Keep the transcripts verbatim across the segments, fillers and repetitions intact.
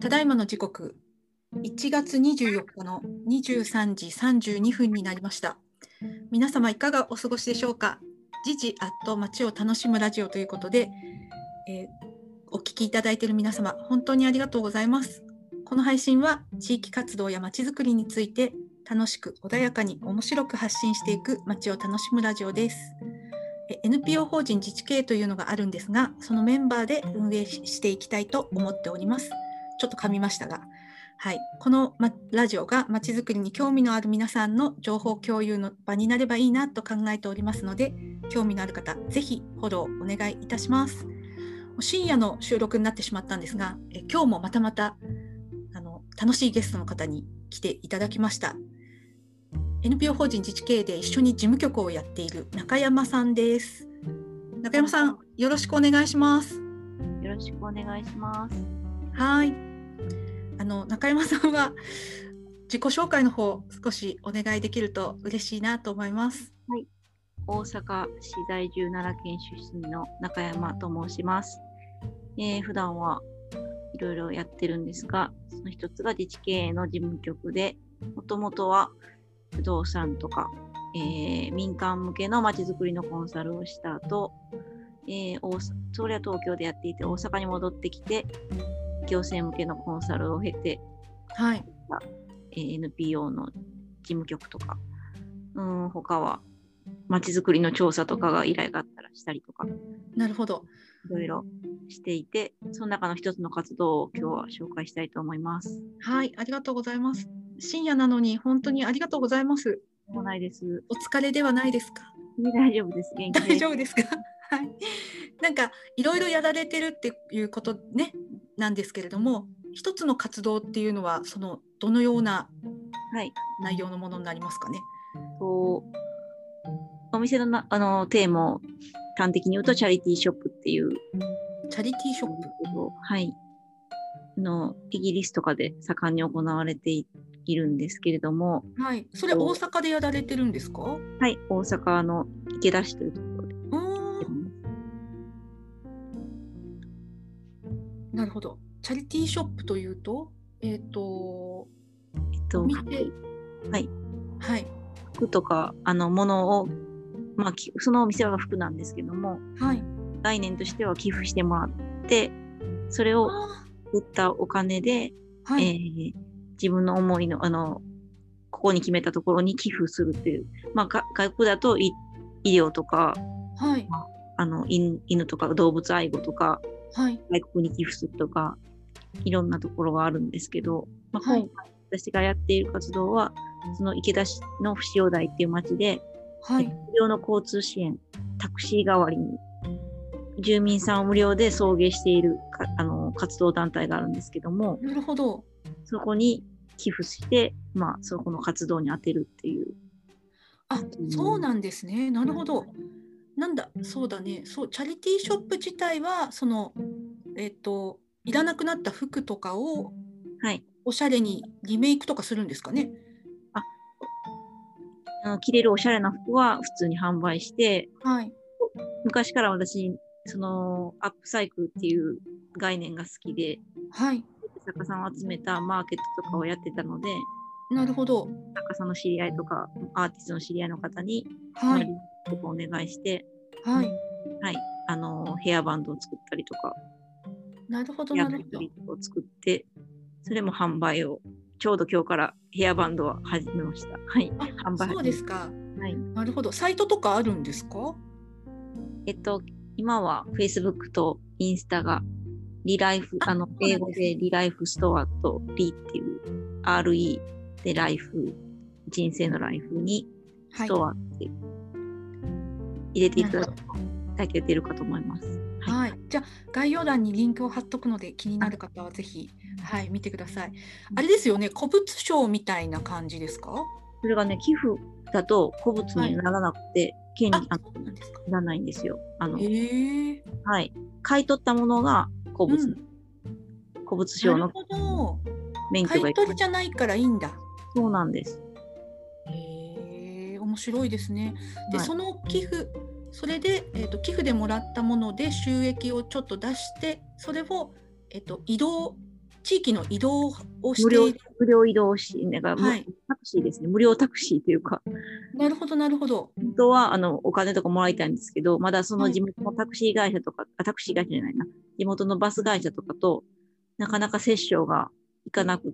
ただいまの時刻、いちがつにじゅうよっかのにじゅうさんじさんじゅうにふんになりました。皆様いかがお過ごしでしょうか。時事アット街を楽しむラジオということで、えー、お聞きいただいている皆様、本当にありがとうございます。この配信は地域活動や街づくりについて楽しく穏やかに面白く発信していく街を楽しむラジオです。エヌピーオー 法人自治経営というのがあるんですが、そのメンバーで運営していきたいと思っております。ちょっと噛みましたが、はい、この、ま、ラジオがまちづくりに興味のある皆さんの情報共有の場になればいいなと考えておりますので、興味のある方ぜひフォローお願いいたします。深夜の収録になってしまったんですが、え今日もまたまたあの楽しいゲストの方に来ていただきました。エヌピーオー 法人自治経営で一緒に事務局をやっている中山さんです。中山さん、よろしくお願いします。 よろしくお願いします。 はい。あの中山さんは自己紹介の方少しお願いできると嬉しいなと思います。 はい。大阪市在住奈良県出身の中山と申します。えー、普段はいろいろやってるんですが、その一つが自治経営の事務局で、もともとは不動産とか、えー、民間向けのまちづくりのコンサルをした後、えー、大それは東京でやっていて大阪に戻ってきて行政向けのコンサルを経て、 はいえー、エヌピーオー の事務局とか、うん他はまちづくりの調査とかが依頼があったらしたりとか、 なるほど、 いろいろしていて、その中の一つの活動を今日は紹介したいと思います。 はい、ありがとうございます。深夜なのに本当にありがとうございます。 もうないです。 お疲れではないですか。 大丈夫です。元気です。 大丈夫ですか。はい。なんかいろいろやられてるっていうことねなんですけれども、一つの活動っていうのはそのどのような内容のものになりますかね。 はい、とお店のなあのテーマを端的に言うとチャリティーショップっていう。 チャリティーショップ。 はい。のイギリスとかで盛んに行われているんですけれども。 はい。それ大阪でやられてるんですか。 はい。大阪の池田市というところで。 なるほど。チャリティーショップというと、えっ、ー、と、 えっと、 お店、 はい。 はい。 服とか、あの、ものを、まあ、そのお店は服なんですけども、 はい。 概念としては寄付してもらって、それを売ったお金で、はい、えー、自分の思いの、あの、ここに決めたところに寄付するっていう、まあ、外国だと医療とか、 はい、 まあ、あの 犬, 犬とか動物愛護とか、はい、外国に寄付するとか、いろんなところがあるんですけど、まあ、今回私がやっている活動は、はい、その池田市の不塩台っていう町で、はい、無料の交通支援、タクシー代わりに、住民さんを無料で送迎しているかあの活動団体があるんですけども、 なるほど。 そこに寄付して、まあ、そこの活動に当てるっていう。 あ、そうなんですね。なるほど。なんだ、そうだね。そう、チャリティーショップ自体は、その、えっと、いらなくなった服とかを、はい、おしゃれにリメイクとかするんですかね。 あ、あの着れるおしゃれな服は普通に販売して、はい、昔から私、そのアップサイクルっていう概念が好きで、はい、作家さんを集めたマーケットとかをやってたので、 なるほど。 作家さんの知り合いとかアーティストの知り合いの方に、はい、とかお願いして、はい、はい、あのヘアバンドを作ったりとか、 なるほどなるほど。 ヘアバンドを作って、それも販売をちょうど今日からヘアバンドは始めました。はい、 販売。そうですか。 はい、 なるほど。サイトとかあるんですか？ えっと今は Facebook とインスタがリライフ、あの英語でリライフストアとリっていう アールイー でライフ、人生のライフにストアって入れていただけているかと思います。 はい、はい、じゃあ概要欄にリンクを貼っとくので気になる方はぜひ、はい、見てください。あれですよね、古物商みたいな感じですか？ それがね、寄付だと古物にならなくて、はい、権利がいらないんですよ。あの、へー、はい、買い取ったものが古物、うん、古物商の免許が買い取りじゃないからいいんだ。 そうなんです。 へー、面白いですね。で、はい、その寄付、それで、えーと、寄付でもらったもので収益をちょっと出して、それを、えーと、移動地域の移動をし無料ている。 無料移動し、なんか、 はい、 タクシーですね。無料タクシーというか、 なるほどなるほど。 本当はあのお金とかもらいたいんですけど、まだそのはい地元のタクシー会社とか、あ、タクシー会社じゃないな、地元のバス会社とかとなかなか折衝がいかなくって、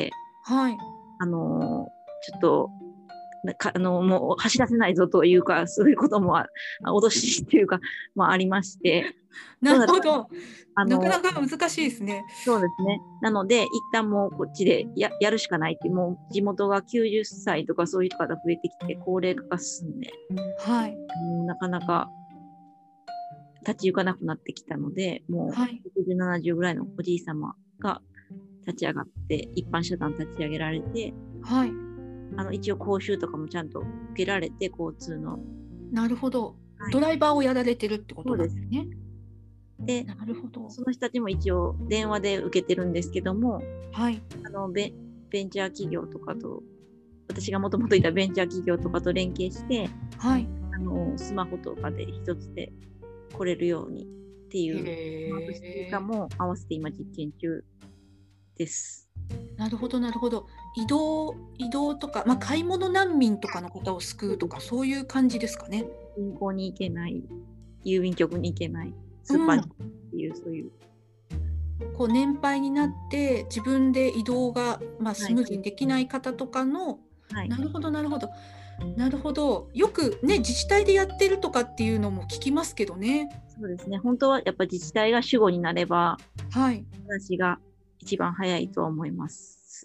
はい、 あのーちょっと、なかあのもう走らせないぞというか、そういうこともあ脅しというか、まあ、ありまして、 なるほど。 あのなかなか難しいですね。 そうですね。なので、一旦もうこっちで や, やるしかないっていう、もう地元がきゅうじゅっさいとかそういう方が増えてきて、高齢化が進んで、 はい、 もうなかなか立ち行かなくなってきたので、もうはい、 ろくじゅう、ななじゅうぐらいのおじい様が立ち上がって、一般社団立ち上げられて、 はい。 あの一応講習とかもちゃんと受けられて、交通の。 なるほど。 はい、 ドライバーをやられてるってことなんですね。 で、 なるほど。 その人たちも一応電話で受けてるんですけども、 はい、 あのベベンチャー企業とかと、私がもともといたベンチャー企業とかと連携して、 はい。 あのスマホとかで一つで来れるようにっていうスマートシティ化も合わせて今実験中です。 なるほどなるほど。移動移動とか、まあ、買い物難民とかの方を救うとかそういう感じですかね。 銀行に行けない、郵便局に行けない、スーパーに行けないっていう、うん、そういう。 こう年配になって自分で移動が、まあ、スムーズにできない方とかの、はい、なるほどなるほどなるほど。よくね自治体でやってるとかっていうのも聞きますけどね。 そうですね。本当はやっぱ自治体が主語になれば、 はい、 話が一番早いとは思います。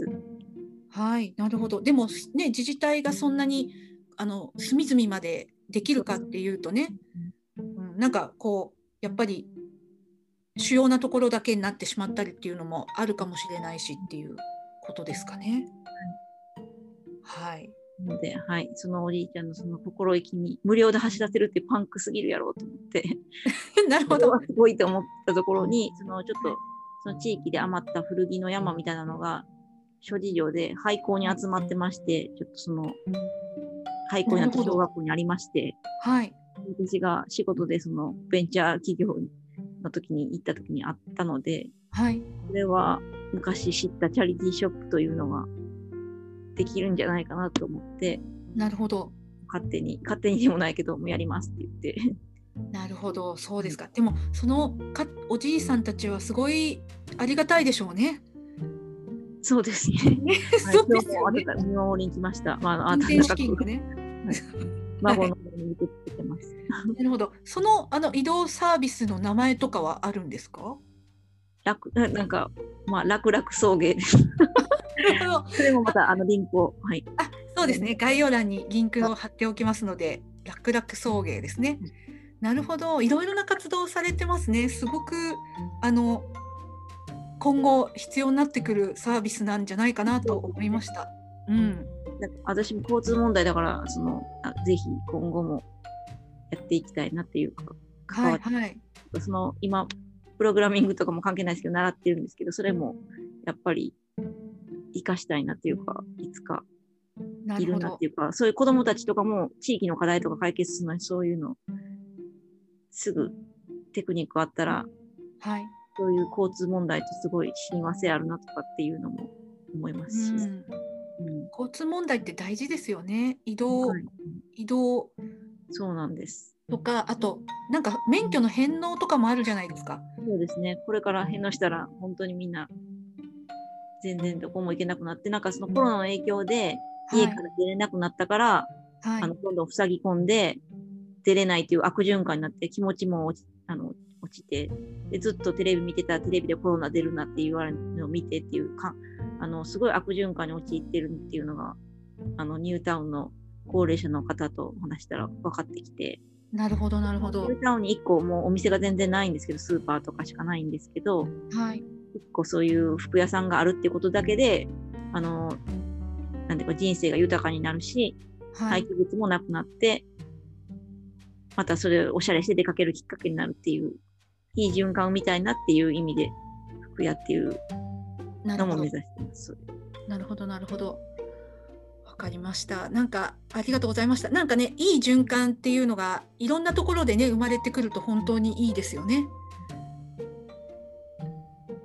はい、なるほど。でもね自治体がそんなにあの隅々までできるかっていうとね、うん、なんかこうやっぱり主要なところだけになってしまったりっていうのもあるかもしれないしっていうことですかね。はい。 ので、はい、そのおじいちゃんのその心意気に無料で走らせるってパンクすぎるやろうと思ってなるほど。 すごいと思ったところに、そのちょっとその地域で余った古着の山みたいなのが諸事情で廃校に集まってまして、ちょっとその廃校になった小学校にありまして、 はい、 私が仕事でそのベンチャー企業の時に行った時にあったので、 はい、 これは昔知ったチャリティーショップというのができるんじゃないかなと思って、 なるほど。 勝手に勝手にでもないけどもやりますって言ってなるほど、そうですか。でもそのかおじいさんたちはすごいありがたいでしょうね。 そうですね。 そうですよね。 見守りに来ました。まあ、 運転資金がね。 孫の方に見てきてます。 なるほど。そのあの移動サービスの名前とかはあるんですか？ 楽なんかまあ楽々送迎です。それもまたあのリンクを、はい。 あ、そうですね。概要欄にリンクを貼っておきますので、楽々送迎ですね。なるほど。いろいろな活動をされてますね。すごくあの今後必要になってくるサービスなんじゃないかなと思いました。うん。 私も交通問題だからそのぜひ今後もやっていきたいなっていうか、 はいはい。 その今プログラミングとかも関係ないですけど習ってるんですけど、それもやっぱり生かしたいなっていうか、いつかいるなっていうか、そういう子どもたちとかも地域の課題とか解決するのにそういうのすぐテクニックあったら、 はい、 そういう交通問題とすごい親和性あるなとかっていうのも思いますし、うんうん、交通問題って大事ですよね。移動、はい、移動そうなんですとか、あとなんか免許の返納とかもあるじゃないですか。 そうですね。これから返納したら本当にみんな全然どこも行けなくなって、なんかそのコロナの影響で家から出れなくなったから、はい、あのどんどん塞ぎ込んで出れないという悪循環になって気持ちも落ち、あの落ちて、でずっとテレビ見てたらテレビでコロナ出るなって言われるのを見てっていうか、あのすごい悪循環に陥ってるっていうのがあのニュータウンの高齢者の方と話したら分かってきて。 なるほどなるほど。 ニュータウンにいっこもうお店が全然ないんですけど、スーパーとかしかないんですけど、 はい、 いっこそういう服屋さんがあるっていうことだけで、あのなんていうか人生が豊かになるし、はい、廃棄物もなくなって、またそれをおしゃれして出かけるきっかけになるっていう、いい循環を見たいなっていう意味で服屋っていうのも目指してます。 なるほどなるほど。わかりました。なんかありがとうございました。なんかね、いい循環っていうのがいろんなところでね生まれてくると本当にいいですよね。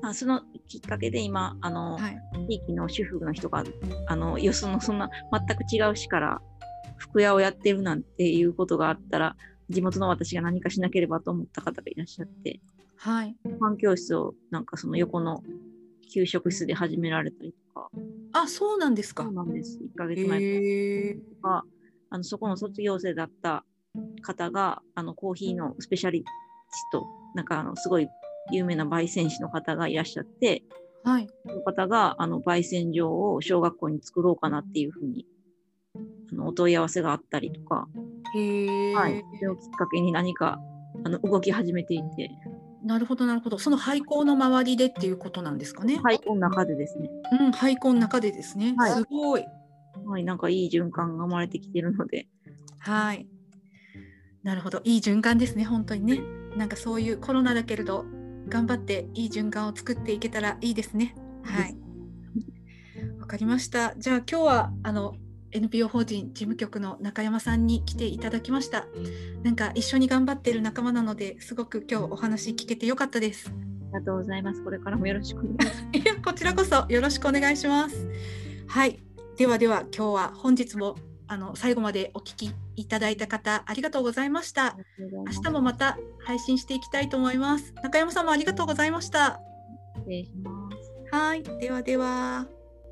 あそのきっかけで今あの、 はい、 地域の主婦の人があのよそのそんな全く違う市から服屋をやってるなんていうことがあったら地元の私が何かしなければと思った方がいらっしゃって、 はい、 パン教室をなんかその横の給食室で始められたりとか。 あ、そうなんですか。 そうなんです。いっかげつまえとか、あのそこの卒業生だった方があのコーヒーのスペシャリスト、なんかあのすごい有名な焙煎士の方がいらっしゃって、 はい、 その方があの焙煎所を小学校に作ろうかなっていうふうにあのお問い合わせがあったりとか、 へー、 はい、それをきっかけに何かあの動き始めていて。 なるほどなるほど。その廃校の周りでっていうことなんですかね。 廃校の中でですね。 うん、廃校の中でですね。 はい、 すごい。 はい、なんかいい循環が生まれてきているので。 はい。なるほど、いい循環ですね、本当にね。なんかそういうコロナだけれど、頑張っていい循環を作っていけたらいいですね。はい。わかりました。じゃあ今日はあの エヌピーオー 法人事務局の中山さんに来ていただきました。なんか一緒に頑張っている仲間なので、すごく今日お話聞けてよかったです。 ありがとうございます。これからもよろしくお願いします。 いや、こちらこそよろしくお願いします。はい。ではでは今日は本日もあの最後までお聞きいただいた方ありがとうございました。明日もまた配信していきたいと思います。中山さんもありがとうございました。 失礼します。 はい。ではでは。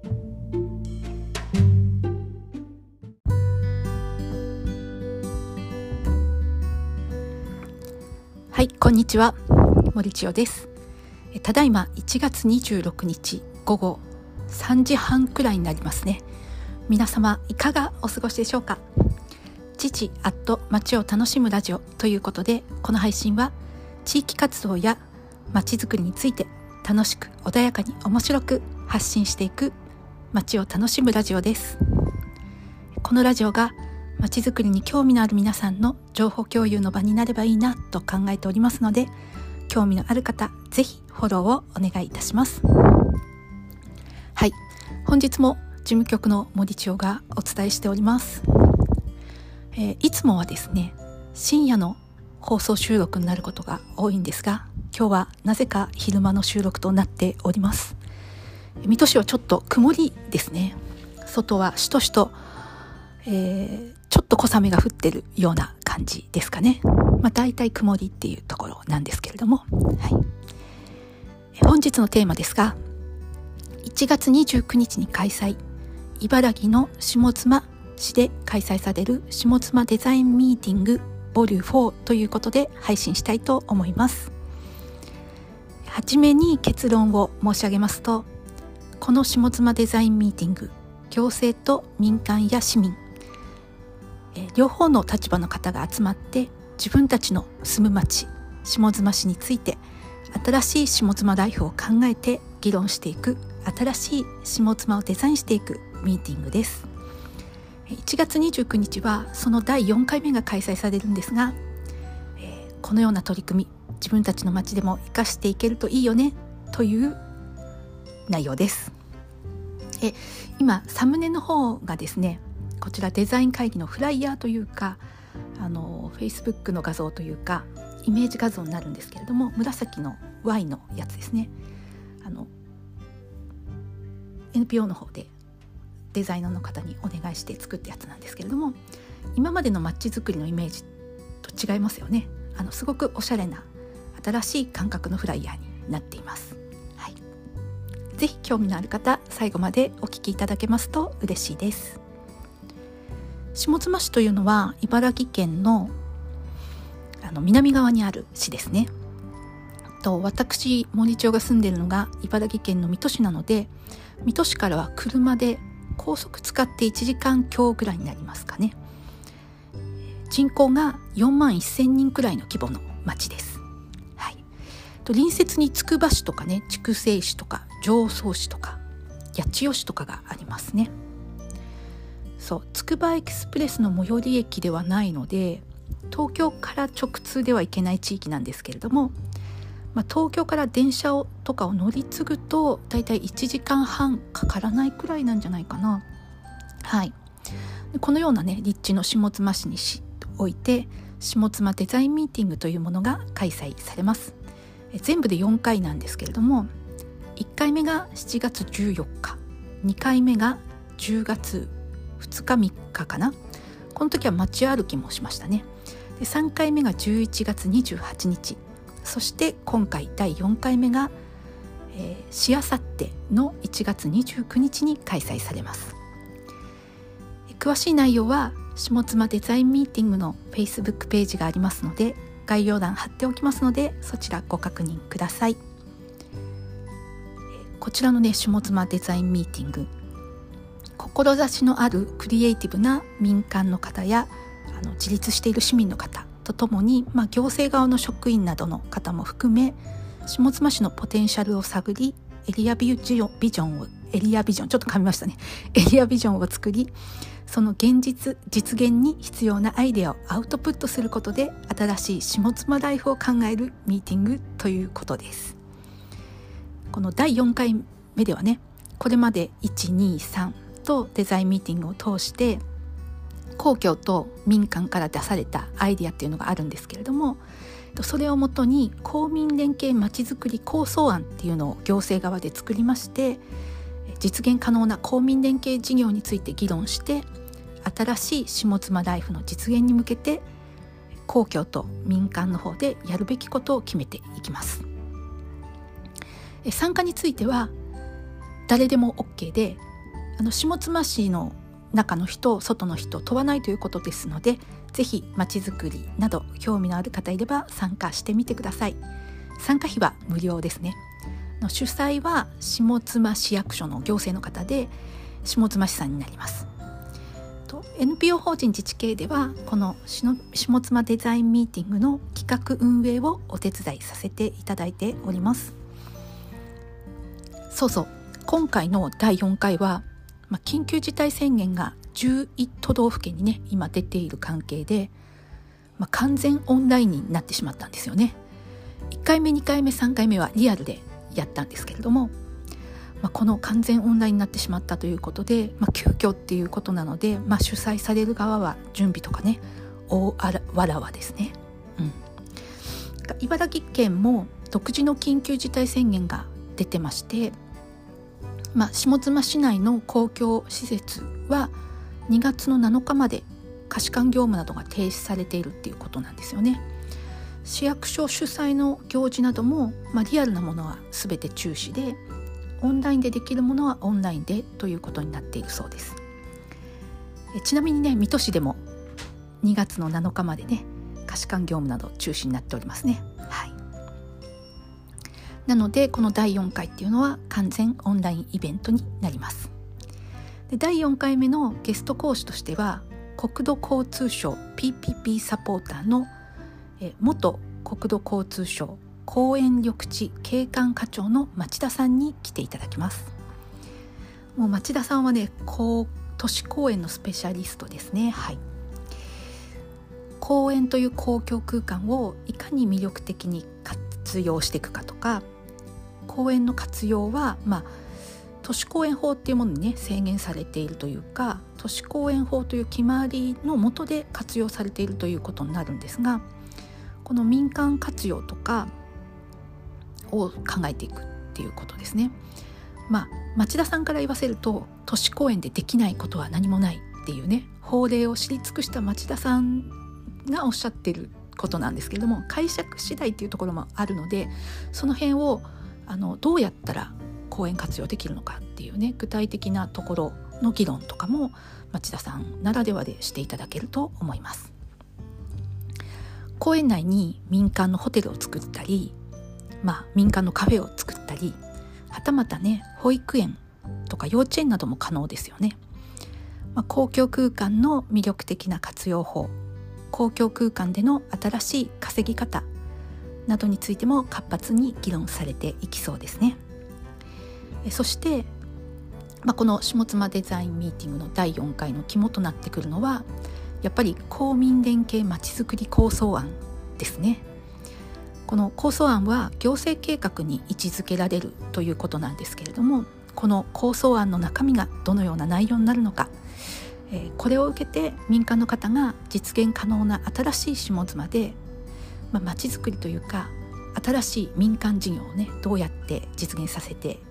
はい、こんにちは。森千代です。ただいまいちがつにじゅうろくにちごごさんじはんくらいになりますね。皆様いかがお過ごしでしょうか。父アット街を楽しむラジオということで、この配信は地域活動や街づくりについて楽しく穏やかに面白く発信していく街を楽しむラジオです。このラジオが街づくりに興味のある皆さんの情報共有の場になればいいなと考えておりますので、興味のある方ぜひフォローをお願いいたします。はい、本日も事務局の森千代がお伝えしております。えー、いつもはですね深夜の放送収録になることが多いんですが、今日はなぜか昼間の収録となっております。水戸市はちょっと曇りですね。外はしとしと、えー、ちょっと小雨が降ってるような感じですかね。まあ大体曇りっていうところなんですけれども、はい、本日のテーマですが、いちがつにじゅうくにちに開催、茨城の下妻市で開催される下妻デザインミーティングボリューフォーということで配信したいと思います。はじめに結論を申し上げますと、この下妻デザインミーティング、行政と民間や市民、え両方の立場の方が集まって自分たちの住む町下妻市について新しい下妻ライフを考えて議論していく、新しい下妻をデザインしていくミーティングです。いちがつにじゅうくにちはそのだいよんかいめが開催されるんですが、えー、このような取り組み、自分たちの町でも生かしていけるといいよねという内容です。え今サムネの方がですね、こちらデザイン会議のフライヤーというか、あの Facebook の画像というかイメージ画像になるんですけれども、紫の Y のやつですね。あの エヌピーオー の方でデザイナーの方にお願いして作ったやつなんですけれども、今までのマッチ作りのイメージと違いますよね。あのすごくおしゃれな新しい感覚のフライヤーになっています。はい、ぜひ興味のある方、最後までお聞きいただけますと嬉しいです。下妻市というのは茨城県の、あの南側にある市ですね。と私森千代が住んでいるのが茨城県の水戸市なので、水戸市からは車で高速使っていちじかん強ぐらいになりますかね。人口がよんまんせんにんくらいの規模の町です。はい、と隣接につくば市とかね、筑西市とか常総市とか八千代市とかがありますね。そう、つくばエクスプレスの最寄り駅ではないので、東京から直通では行けない地域なんですけれども、まあ、東京から電車をとかを乗り継ぐとだいたいいちじかんはんかからないくらいなんじゃないかな。はい、このようなね立地の下妻市において下妻デザインミーティングというものが開催されます。え全部でよんかいなんですけれども、 いっかいめがしちがつじゅうよっか、にかいめがじゅうがつふつかみっかかな。この時は街歩きもしましたね。でさんかいめがじゅういちがつにじゅうはちにち、そして今回だいよんかいめが、えー、しあさってのいちがつにじゅうくにちに開催されます。詳しい内容は下妻デザインミーティングの Facebook ページがありますので、概要欄貼っておきますので、そちらご確認ください。こちらのね、下妻デザインミーティング、志のあるクリエイティブな民間の方やあの自立している市民の方とともに、まあ、行政側の職員などの方も含め、下妻市のポテンシャルを探り、エリアビジョン、ビジョンをエリアビジョンちょっと噛みましたねエリアビジョンを作り、その現実実現に必要なアイデアをアウトプットすることで、新しい下妻ライフを考えるミーティングということです。このだいよんかいめではね、これまでいち、に、さんとデザインミーティングを通して公共と民間から出されたアイデアっていうのがあるんですけれども、それをもとに公民連携まちづくり構想案っていうのを行政側で作りまして、実現可能な公民連携事業について議論して、新しい下妻ライフの実現に向けて公共と民間の方でやるべきことを決めていきます。参加については誰でも OK で、あの下妻市の中の人外の人問わないということですので、ぜひまちづくりなど興味のある方いれば参加してみてください。参加費は無料ですね。主催は下妻市役所の行政の方で、下妻市さんになります。と エヌピーオー 法人自治系では、この下妻デザインミーティングの企画運営をお手伝いさせていただいております。そうそう、今回のだいよんかいは、まあ、緊急事態宣言がじゅういちとどうふけんにね今出ている関係で、まあ、完全オンラインになってしまったんですよね。いっかいめにかいめさんかいめはリアルでやったんですけれども、まあ、この完全オンラインになってしまったということで、まあ、急遽っていうことなので、まあ、主催される側は準備とかね大あらわらわですね、うん、茨城県も独自の緊急事態宣言が出てまして、まあ、下妻市内の公共施設はにがつのなのかまで貸し館業務などが停止されているっていうことなんですよね。市役所主催の行事なども、まあ、リアルなものは全て中止で、オンラインでできるものはオンラインでということになっているそうです。えちなみにね、水戸市でもにがつのなのかまでね貸し館業務など中止になっておりますね。はい。なのでこのだいよんかいっていうのは完全オンラインイベントになります。でだいよんかいめのゲスト講師としては、国土交通省 ピーピーピー サポーターのえ元国土交通省公園緑地景観課長の町田さんに来ていただきます。もう町田さんはね、都市公園のスペシャリストですね。はい。公園という公共空間をいかに魅力的に活用していくかとか、公園の活用は、まあ、都市公園法っていうものにね制限されているというか、都市公園法という決まりの下で活用されているということになるんですが、この民間活用とかを考えていくっていうことですね。まあ町田さんから言わせると、都市公園でできないことは何もないっていうね、法令を知り尽くした町田さんがおっしゃってることなんですけれども、解釈次第っていうところもあるので、その辺をあのどうやったら公園活用できるのかっていうね、具体的なところの議論とかも町田さんならではでしていただけると思います。公園内に民間のホテルを作ったり、まあ、民間のカフェを作ったり、はたまたね保育園とか幼稚園なども可能ですよね。まあ、公共空間の魅力的な活用法、公共空間での新しい稼ぎ方などについても活発に議論されていきそうですね。えそして、まあ、この下妻デザインミーティングのだいよんかいの肝となってくるのは、やっぱり公民連携まちづくり構想案ですね。この構想案は行政計画に位置づけられるということなんですけれども、この構想案の中身がどのような内容になるのか、えー、これを受けて民間の方が実現可能な新しい下妻で、まあ、まちづくりというか新しい民間事業をねどうやって実現させて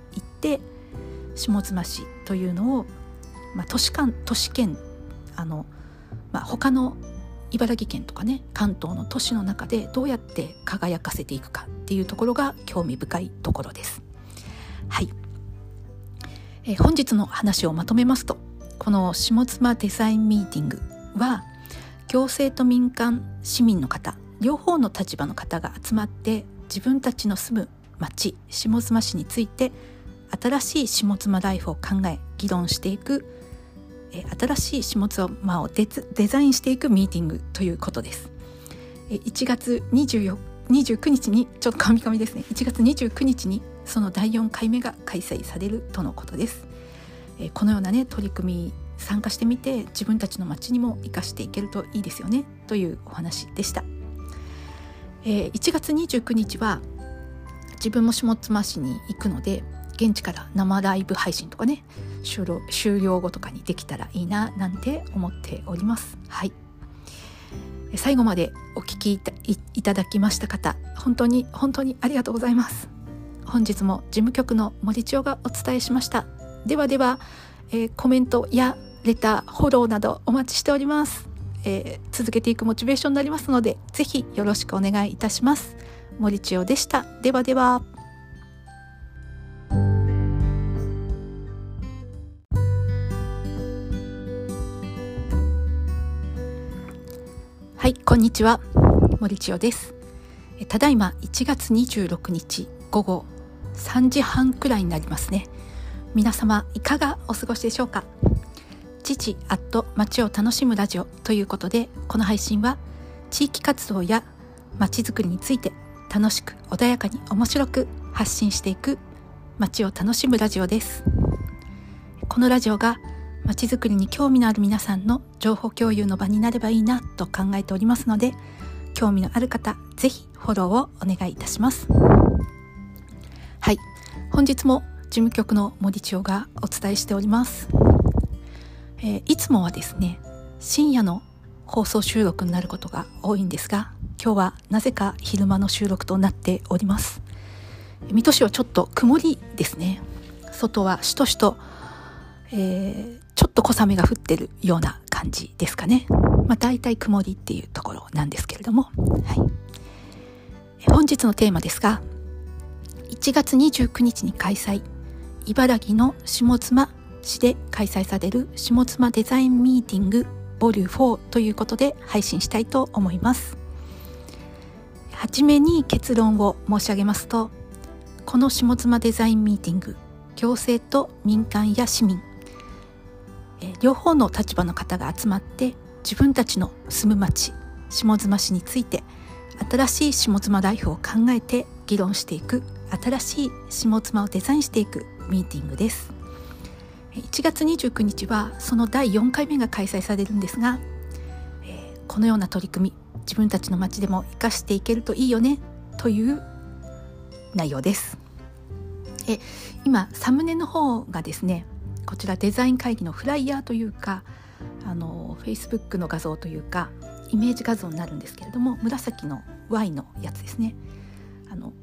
って下妻市というのを、まあ、都市間都市圏あの、まあ、他の茨城県とかね関東の都市の中でどうやって輝かせていくかっていうところが興味深いところです。はい、えー、本日の話をまとめますと、この下妻デザインミーティングは行政と民間市民の方両方の立場の方が集まって自分たちの住む町下妻市について新しい下妻ライフを考え議論していく、え新しい下妻を デ, デザインしていくミーティングということです。えいちがつにじゅうよっかにじゅうくにちにちょっと噛み噛みですねいちがつにじゅうくにちにそのだいよんかいめが開催されるとのことです。えこのようなね取り組み参加してみて自分たちの町にも生かしていけるといいですよねというお話でした。えー、いちがつにじゅうくにちは自分も下妻市に行くので現地から生ライブ配信とかね終了、終了後とかにできたらいいななんて思っております。はい、最後までお聞きい た, い, いただきました方本当に本当にありがとうございます。本日も事務局の森千代がお伝えしました。ではでは、えー、コメントやレターフォローなどお待ちしております。えー、続けていくモチベーションになりますのでぜひよろしくお願いいたします。森千代でした。ではでは。はい、こんにちは。森千代です。ただいまいちがつにじゅうろくにちごごさんじはんくらいになりますね。皆様いかがお過ごしでしょうか。父アット街を楽しむラジオということで、この配信は地域活動や街づくりについて楽しく穏やかに面白く発信していく街を楽しむラジオです。このラジオが街づくりに興味のある皆さんの情報共有の場になればいいなと考えておりますので、興味のある方ぜひフォローをお願いいたします。はい、本日も事務局の森千代がお伝えしております。えー、いつもはですね深夜の放送収録になることが多いんですが、今日はなぜか昼間の収録となっております。水戸市はちょっと曇りですね。外はしとしと、えー、ちょっと小雨が降ってるような感じですかね。まあ大体曇りっていうところなんですけれども、はい、本日のテーマですが、いちがつにじゅうくにちに開催、茨城の下妻市で開催される下妻デザインミーティングボリューフォーということで配信したいと思います。はじめに結論を申し上げますと、この下妻デザインミーティング、行政と民間や市民、え両方の立場の方が集まって自分たちの住む町下妻市について新しい下妻ライフを考えて議論していく、新しい下妻をデザインしていくミーティングです。いちがつにじゅうくにちはそのだいよんかいめが開催されるんですが、えー、このような取り組み自分たちの町でも生かしていけるといいよねという内容です。え今サムネの方がですね、こちらデザイン会議のフライヤーというか、あの Facebook の画像というかイメージ画像になるんですけれども、紫の Y のやつですね。あの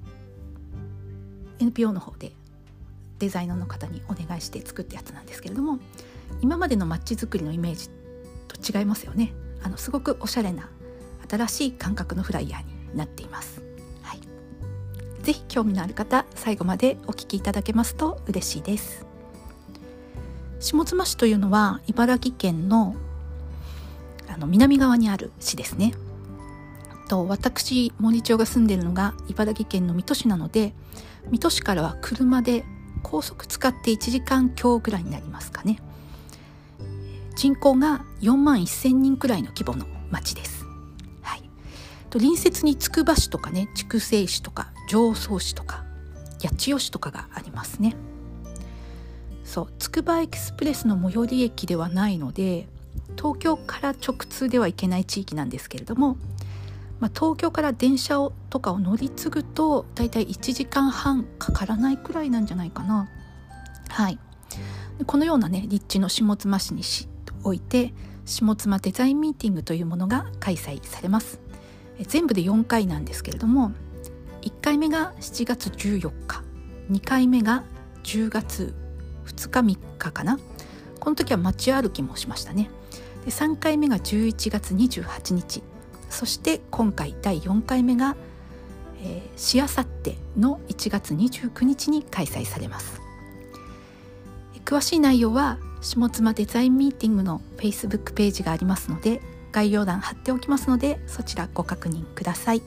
エヌピーオー の方でデザイナーの方にお願いして作ったやつなんですけれども、今までのマッチ作りのイメージと違いますよね。あのすごくおしゃれな新しい感覚のフライヤーになっています。はい、ぜひ興味のある方最後までお聞きいただけますと嬉しいです。下妻市というのは茨城県のあの南側にある市ですね。と私森千代が住んでいるのが茨城県の水戸市なので、水戸市からは車で高速使っていちじかんきょうぐらいになりますかね。人口がよんまんせんにんくらいの規模の町です。はい、と隣接につくば市とかね、筑西市とか常総市とか八千代市とかがありますね。そう、つくばエクスプレスの最寄り駅ではないので東京から直通では行けない地域なんですけれども、まあ、東京から電車をとかを乗り継ぐとだいたいいちじかんはんかからないくらいなんじゃないかな。はい、このようなね立地の下妻市において下妻デザインミーティングというものが開催されます。全部でよんかいなんですけれども、いっかいめがしちがつじゅうよっか、にかいめがじゅうがつふつかみっかかな。この時は街歩きもしましたね。でさんかいめがじゅういちがつにじゅうはちにち、そして今回だいよんかいめが、えー、しあさってのいちがつにじゅうくにちに開催されます。詳しい内容は下妻デザインミーティングの Facebook ページがありますので、概要欄貼っておきますので、そちらご確認ください。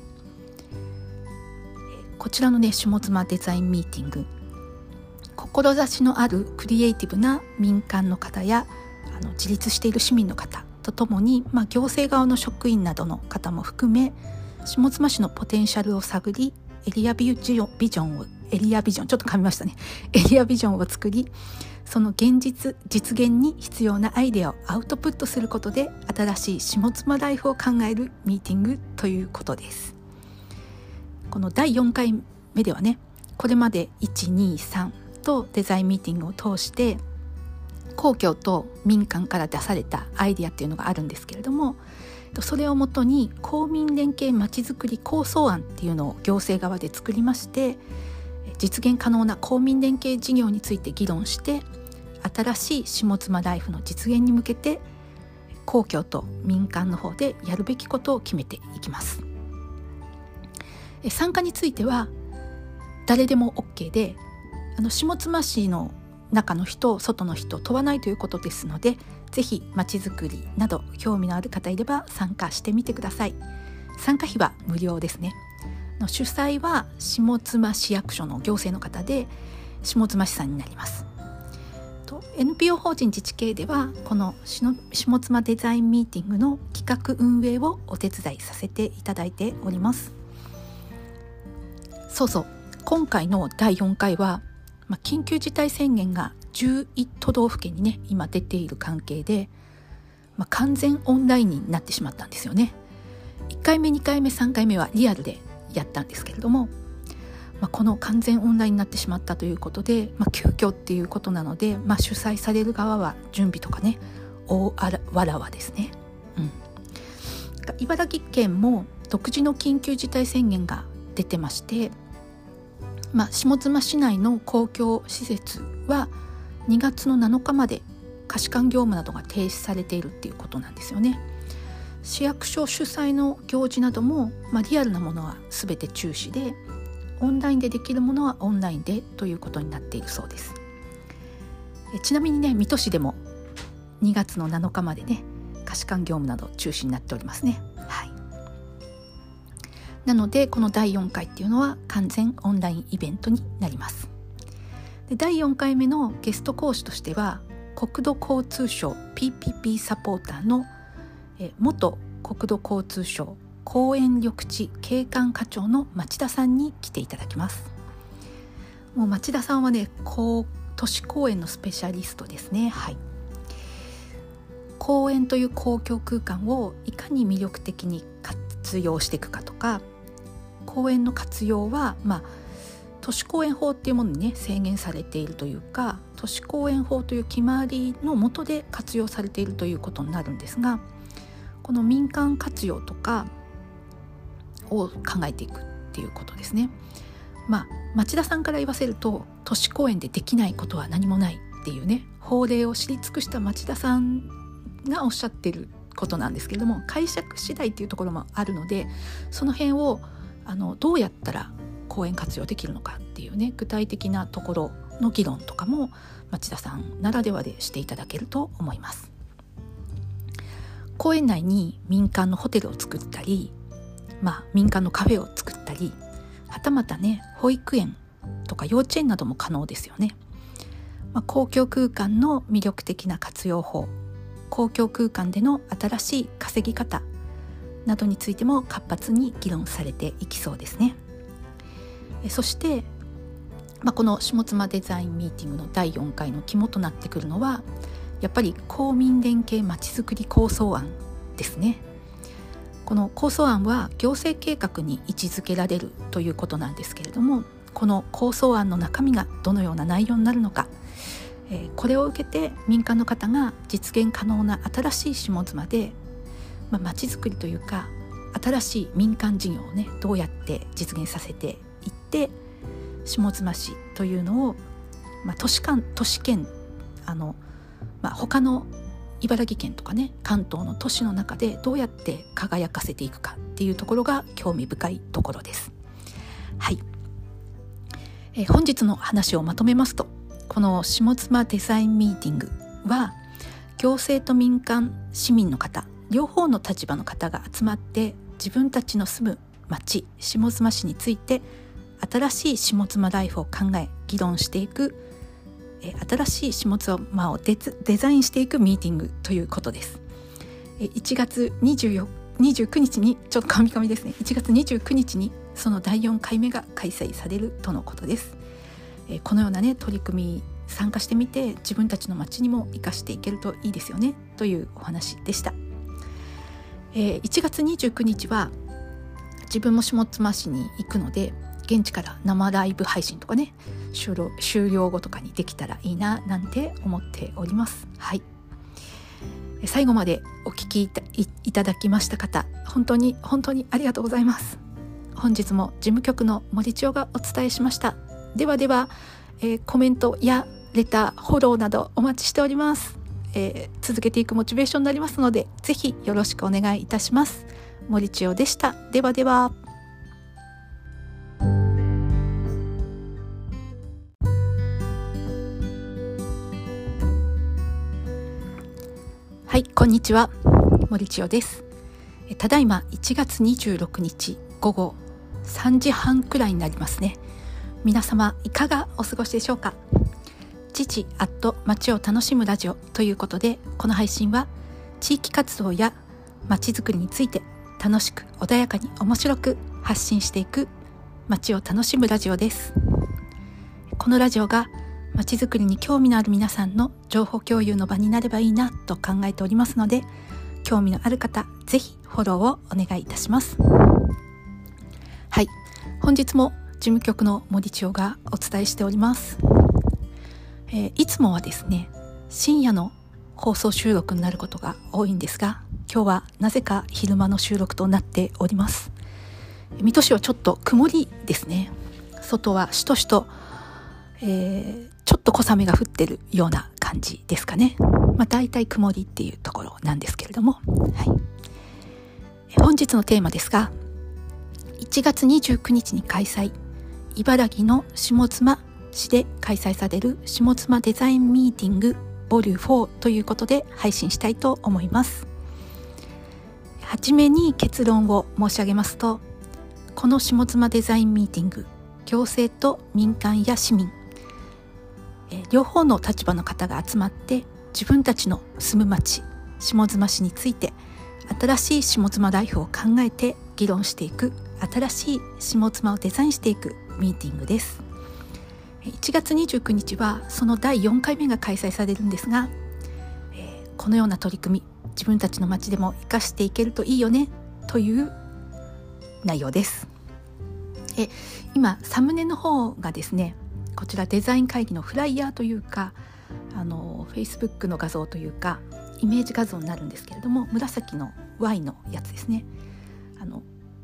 こちらのね、下妻デザインミーティング、志のあるクリエイティブな民間の方やあの自立している市民の方とともに、まあ、行政側の職員などの方も含め、下妻市のポテンシャルを探り、エリアビジョン、ビジョンをエリアビジョンちょっと噛みましたねエリアビジョンを作り、その現実実現に必要なアイデアをアウトプットすることで、新しい下妻ライフを考えるミーティングということです。このだいよんかいめではね、これまでいち、に、さんとデザインミーティングを通して公共と民間から出されたアイデアっていうのがあるんですけれども、それをもとに公民連携まちづくり構想案っていうのを行政側で作りまして、実現可能な公民連携事業について議論して、新しい下妻ライフの実現に向けて公共と民間の方でやるべきことを決めていきます。参加については誰でも OK で、あの下妻市の中の人外の人問わないということですので、ぜひまちづくりなど興味のある方いれば参加してみてください。参加費は無料ですね。の主催は下妻市役所の行政の方で、下妻市さんになります。と エヌピーオー 法人自治系では、この下妻デザインミーティングの企画運営をお手伝いさせていただいております。そうそう、今回のだいよんかいは、まあ、緊急事態宣言がじゅういちとどうふけんにね今出ている関係で、まあ、完全オンラインになってしまったんですよね。いっかいめにかいめさんかいめはリアルでやったんですけれども、まあ、この完全オンラインになってしまったということで、まあ、急遽っていうことなので、まあ、主催される側は準備とかね大わらわですね、うん、茨城県も独自の緊急事態宣言が出てまして、まあ、下妻市内の公共施設はにがつのなのかまで貸し管業務などが停止されているっていうことなんですよね。市役所主催の行事なども、まあ、リアルなものは全て中止で、オンラインでできるものはオンラインでということになっているそうです。えちなみにね、水戸市でもにがつのなのかまでね貸し管業務など中止になっておりますね。はい。なのでこのだいよんかいっていうのは完全オンラインイベントになります。でだいよんかいめのゲスト講師としては、国土交通省 ピーピーピー サポーターのえ元国土交通省公園緑地景観課長の町田さんに来ていただきます。もう町田さんはね、都市公園のスペシャリストですね。はい。公園という公共空間をいかに魅力的に活用していくかとか、公園の活用は、まあ、都市公園法っていうものにね制限されているというか、都市公園法という決まりの下で活用されているということになるんですが、この民間活用とかを考えていくっていうことですね。まあ町田さんから言わせると、都市公園でできないことは何もないっていうね、法令を知り尽くした町田さんがおっしゃってることなんですけれども、解釈次第っていうところもあるので、その辺をあのどうやったら公園活用できるのかっていうね、具体的なところの議論とかも町田さんならではでしていただけると思います。公園内に民間のホテルを作ったり、まあ、民間のカフェを作ったり、はたまたね保育園とか幼稚園なども可能ですよね。まあ、公共空間の魅力的な活用法、公共空間での新しい稼ぎ方などについても活発に議論されていきそうですね。えそして、まあ、この下妻デザインミーティングのだいよんかいの肝となってくるのは、やっぱり公民連携まちづくり構想案ですね。この構想案は行政計画に位置づけられるということなんですけれども、この構想案の中身がどのような内容になるのか、えー、これを受けて民間の方が実現可能な新しい下妻で、まあ、街づくりというか新しい民間事業をねどうやって実現させていって、下妻市というのを、 まあ、都市間都市圏あの、まあ、他の茨城県とかね関東の都市の中でどうやって輝かせていくかっていうところが興味深いところです。はい、えー、本日の話をまとめますと、この下妻デザインミーティングは行政と民間市民の方両方の立場の方が集まって自分たちの住む町下妻市について新しい下妻ライフを考え議論していく、え新しい下妻を デ, デザインしていくミーティングということです。えいちがつにじゅうよっかにじゅうくにちにちょっとカミカミですねいちがつにじゅうくにちにそのだいよんかいめが開催されるとのことです。えこのようなね取り組み参加してみて自分たちの町にも生かしていけるといいですよねというお話でした。えー、いちがつにじゅうくにちは自分も下妻市に行くので現地から生ライブ配信とかね終了、終了後とかにできたらいいななんて思っております。はい、最後までお聞きい た, い, いただきました方本当に本当にありがとうございます。本日も事務局の森千代がお伝えしました。ではでは、えー、コメントやレターフォローなどお待ちしております。えー、続けていくモチベーションになりますのでぜひよろしくお願いいたします。森千代でした。ではでは。はい、こんにちは。森千代です。ただいまいちがつにじゅうろくにちごごさんじはんくらいになりますね。皆様いかがお過ごしでしょうか。父アット街を楽しむラジオということで、この配信は地域活動や街づくりについて楽しく穏やかに面白く発信していく街を楽しむラジオです。このラジオが街づくりに興味のある皆さんの情報共有の場になればいいなと考えておりますので、興味のある方ぜひフォローをお願いいたします。はい、本日も事務局の森千代がお伝えしております。えー、いつもはですね深夜の放送収録になることが多いんですが、今日はなぜか昼間の収録となっております。水戸市はちょっと曇りですね。外はしとしと、えー、ちょっと小雨が降ってるような感じですかね。まあ大体曇りっていうところなんですけれども、はい、本日のテーマですが、いちがつにじゅうくにちに開催、茨城の下妻市で開催される下妻デザインミーティングボリューフォーということで配信したいと思います。はじめに結論を申し上げますと、この下妻デザインミーティング、行政と民間や市民、え両方の立場の方が集まって自分たちの住む町下妻市について新しい下妻ライフを考えて議論していく、新しい下妻をデザインしていくミーティングです。いちがつにじゅうくにちはそのだいよんかいめが開催されるんですが、えー、このような取り組み自分たちの町でも生かしていけるといいよねという内容です。え今サムネの方がですね、こちらデザイン会議のフライヤーというか、あの Facebook の画像というかイメージ画像になるんですけれども、紫の Y のやつですね。あの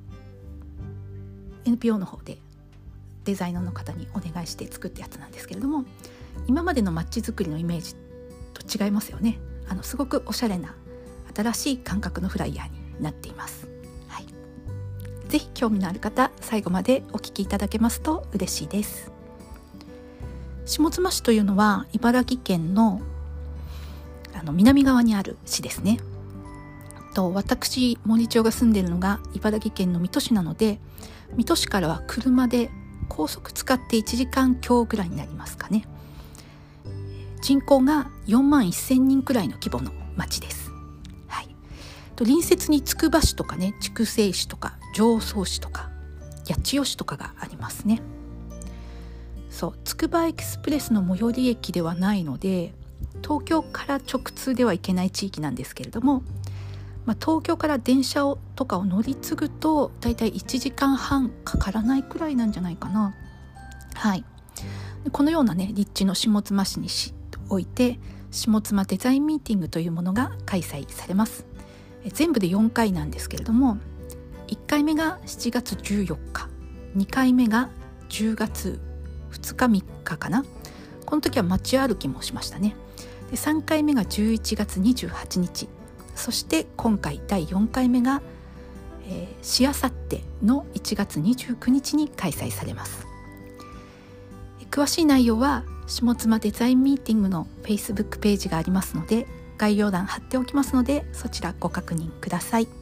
エヌピーオー の方でデザイナーの方にお願いして作ったやつなんですけれども、今までのマッチ作りのイメージと違いますよね。あのすごくおしゃれな新しい感覚のフライヤーになっています。はい、ぜひ興味のある方最後までお聞きいただけますと嬉しいです。下妻市というのは茨城県のあの南側にある市ですね。と私森千代が住んでいるのが茨城県の水戸市なので、水戸市からは車で高速使っていちじかんきょうぐらいになりますかね。人口がよんまんせんにんくらいの規模の町です。はい、と隣接につくば市とかね、筑西市とか常総市とか八千代市とかがありますね。そうつくばエクスプレスの最寄り駅ではないので、東京から直通では行けない地域なんですけれども、まあ、東京から電車をとかを乗り継ぐとだいたいいちじかんはんかからないくらいなんじゃないかな。はい、でこのようなね立地の下妻市において下妻デザインミーティングというものが開催されます。え全部でよんかいなんですけれども、いっかいめがしちがつじゅうよっか、にかいめがじゅうがつふつかみっかかな。ここの時は街歩きもしましたね。でさんかいめがじゅういちがつにじゅうはちにち、そして今回だいよんかいめが、えー、しあさってのいちがつにじゅうくにちに開催されます。詳しい内容は下妻デザインミーティングの Facebook ページがありますので、概要欄貼っておきますので、そちらご確認ください。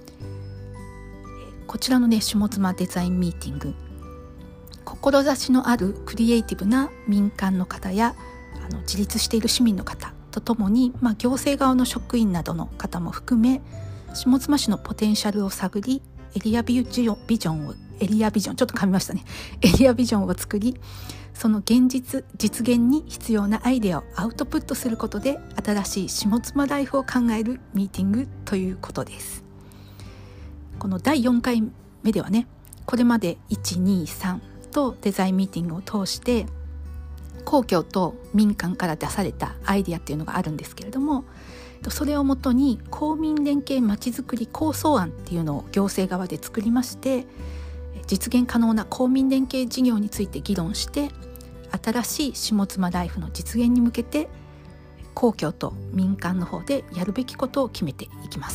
こちらのね、下妻デザインミーティング、志のあるクリエイティブな民間の方やあの自立している市民の方とともに、まあ、行政側の職員などの方も含め、下妻市のポテンシャルを探り、エリアビジョン、ビジョンをエリアビジョンちょっと噛みましたねエリアビジョンを作り、その現実実現に必要なアイデアをアウトプットすることで、新しい下妻ライフを考えるミーティングということです。このだいよんかいめではね、これまでいち、に、さんとデザインミーティングを通して公共と民間から出されたアイデアっていうのがあるんですけれども、それをもとに公民連携まちづくり構想案っていうのを行政側で作りまして、実現可能な公民連携事業について議論して、新しい下妻ライフの実現に向けて公共と民間の方でやるべきことを決めていきます。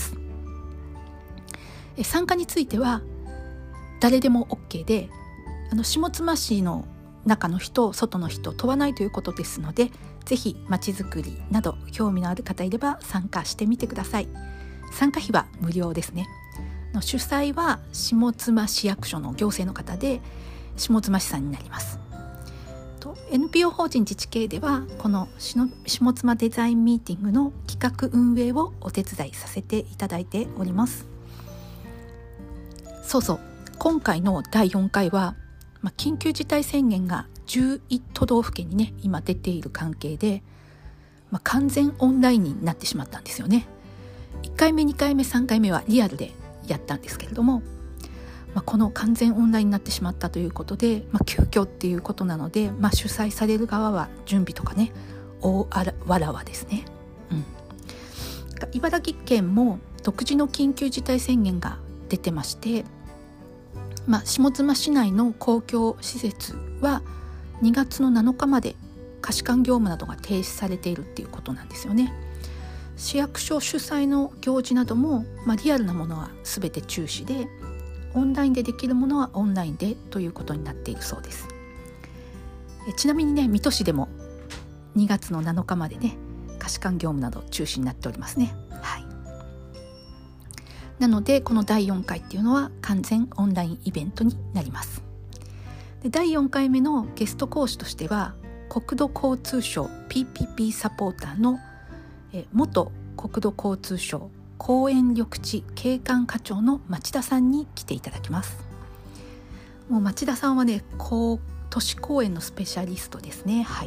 参加については誰でも OK で、あの下妻市の中の人外の人問わないということですので、ぜひまちづくりなど興味のある方いれば参加してみてください。参加費は無料ですね。主催は下妻市役所の行政の方で、下妻市さんになります。エヌピーオー 法人自治系では、この下妻デザインミーティングの企画運営をお手伝いさせていただいております。そうそう、今回のだいよんかいは、まあ、緊急事態宣言がじゅういちとどうふけんにね今出ている関係で、まあ、完全オンラインになってしまったんですよね。いっかいめにかいめさんかいめはリアルでやったんですけれども、まあ、この完全オンラインになってしまったということで、まあ、急遽っていうことなので、まあ、主催される側は準備とかね大あらわらわですね、うん、茨城県も独自の緊急事態宣言が出てまして、まあ、下妻市内の公共施設はにがつのなのかまで貸し館業務などが停止されているっていうことなんですよね。市役所主催の行事なども、まあ、リアルなものは全て中止で、オンラインでできるものはオンラインでということになっているそうです。えちなみにね、水戸市でもにがつのなのかまでね貸し館業務など中止になっておりますね。はい。なのでこのだいよんかいっていうのは完全オンラインイベントになります。でだいよんかいめのゲスト講師としては、国土交通省 ピーピーピー サポーターのえ元国土交通省公園緑地景観課長の町田さんに来ていただきます。もう町田さんはね、都市公園のスペシャリストですね。はい。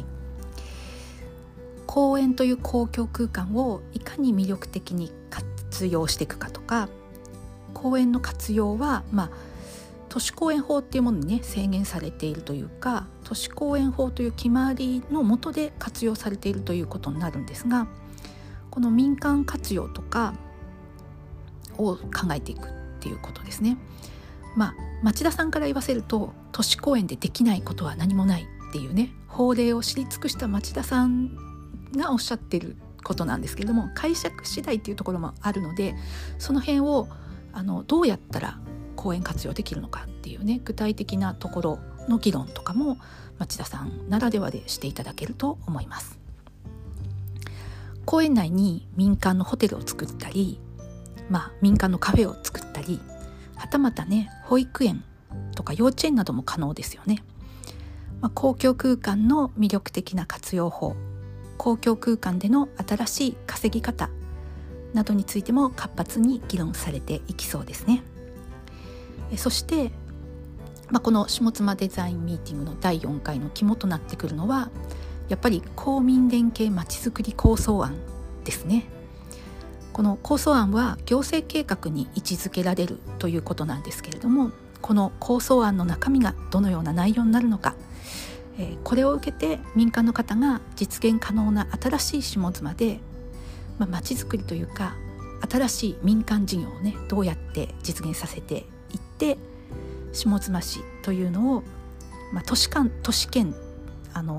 公園という公共空間をいかに魅力的に活用していくかとか、公園の活用は、まあ、都市公園法っていうものにね制限されているというか、都市公園法という決まりの下で活用されているということになるんですが、この民間活用とかを考えていくっていうことですね。まあ町田さんから言わせると、都市公園でできないことは何もないっていうね、法令を知り尽くした町田さんがおっしゃっていることなんですけれども、解釈次第っていうところもあるので、その辺をあのどうやったら公園活用できるのかっていうね、具体的なところの議論とかも町田さんならではでしていただけると思います。公園内に民間のホテルを作ったり、まあ、民間のカフェを作ったり、はたまたね保育園とか幼稚園なども可能ですよね。まあ、公共空間の魅力的な活用法、公共空間での新しい稼ぎ方などについても活発に議論されていきそうですね。そして、まあ、この下妻デザインミーティングのだいよんかいの肝となってくるのは、やっぱり公民連携まちづくり構想案ですね。この構想案は行政計画に位置づけられるということなんですけれども、この構想案の中身がどのような内容になるのか、えー、これを受けて民間の方が実現可能な新しい下妻で、まあ、街づくりというか新しい民間事業をねどうやって実現させていって、下妻市というのを、まあ、都市間都市圏あの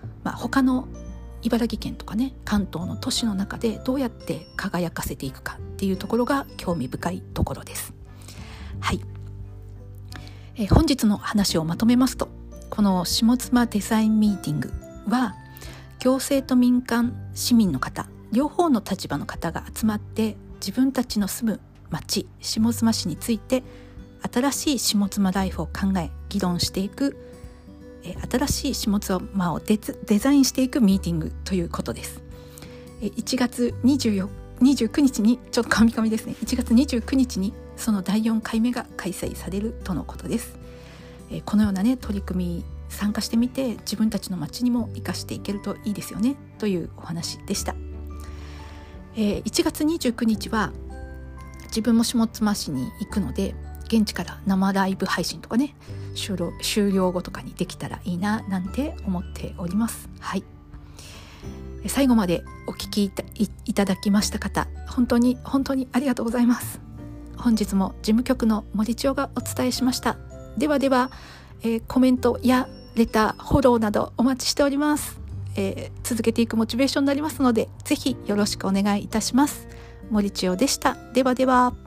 まあ、他の茨城県とかね関東の都市の中でどうやって輝かせていくかっていうところが興味深いところです。はい、えー、本日の話をまとめますと、この下妻デザインミーティングは行政と民間市民の方両方の立場の方が集まって自分たちの住む町下妻市について新しい下妻ライフを考え議論していく、え新しい下妻を デ, デザインしていくミーティングということです。えいちがつにじゅうよっかにじゅうくにちにちょっと噛み噛みですねいちがつにじゅうくにちにそのだいよんかいめが開催されるとのことです。えこのようなね取り組み参加してみて自分たちの町にも生かしていけるといいですよねというお話でした。えー、いちがつにじゅうくにちは自分も下妻市に行くので現地から生ライブ配信とかね終了、終了後とかにできたらいいななんて思っております。はい、最後までお聞きい た, い, いただきました方本当に本当にありがとうございます。本日も事務局の森千代がお伝えしました。ではでは、えー、コメントやレターフォローなどお待ちしております。えー、続けていくモチベーションになりますのでぜひよろしくお願いいたします。森千代でした。ではでは。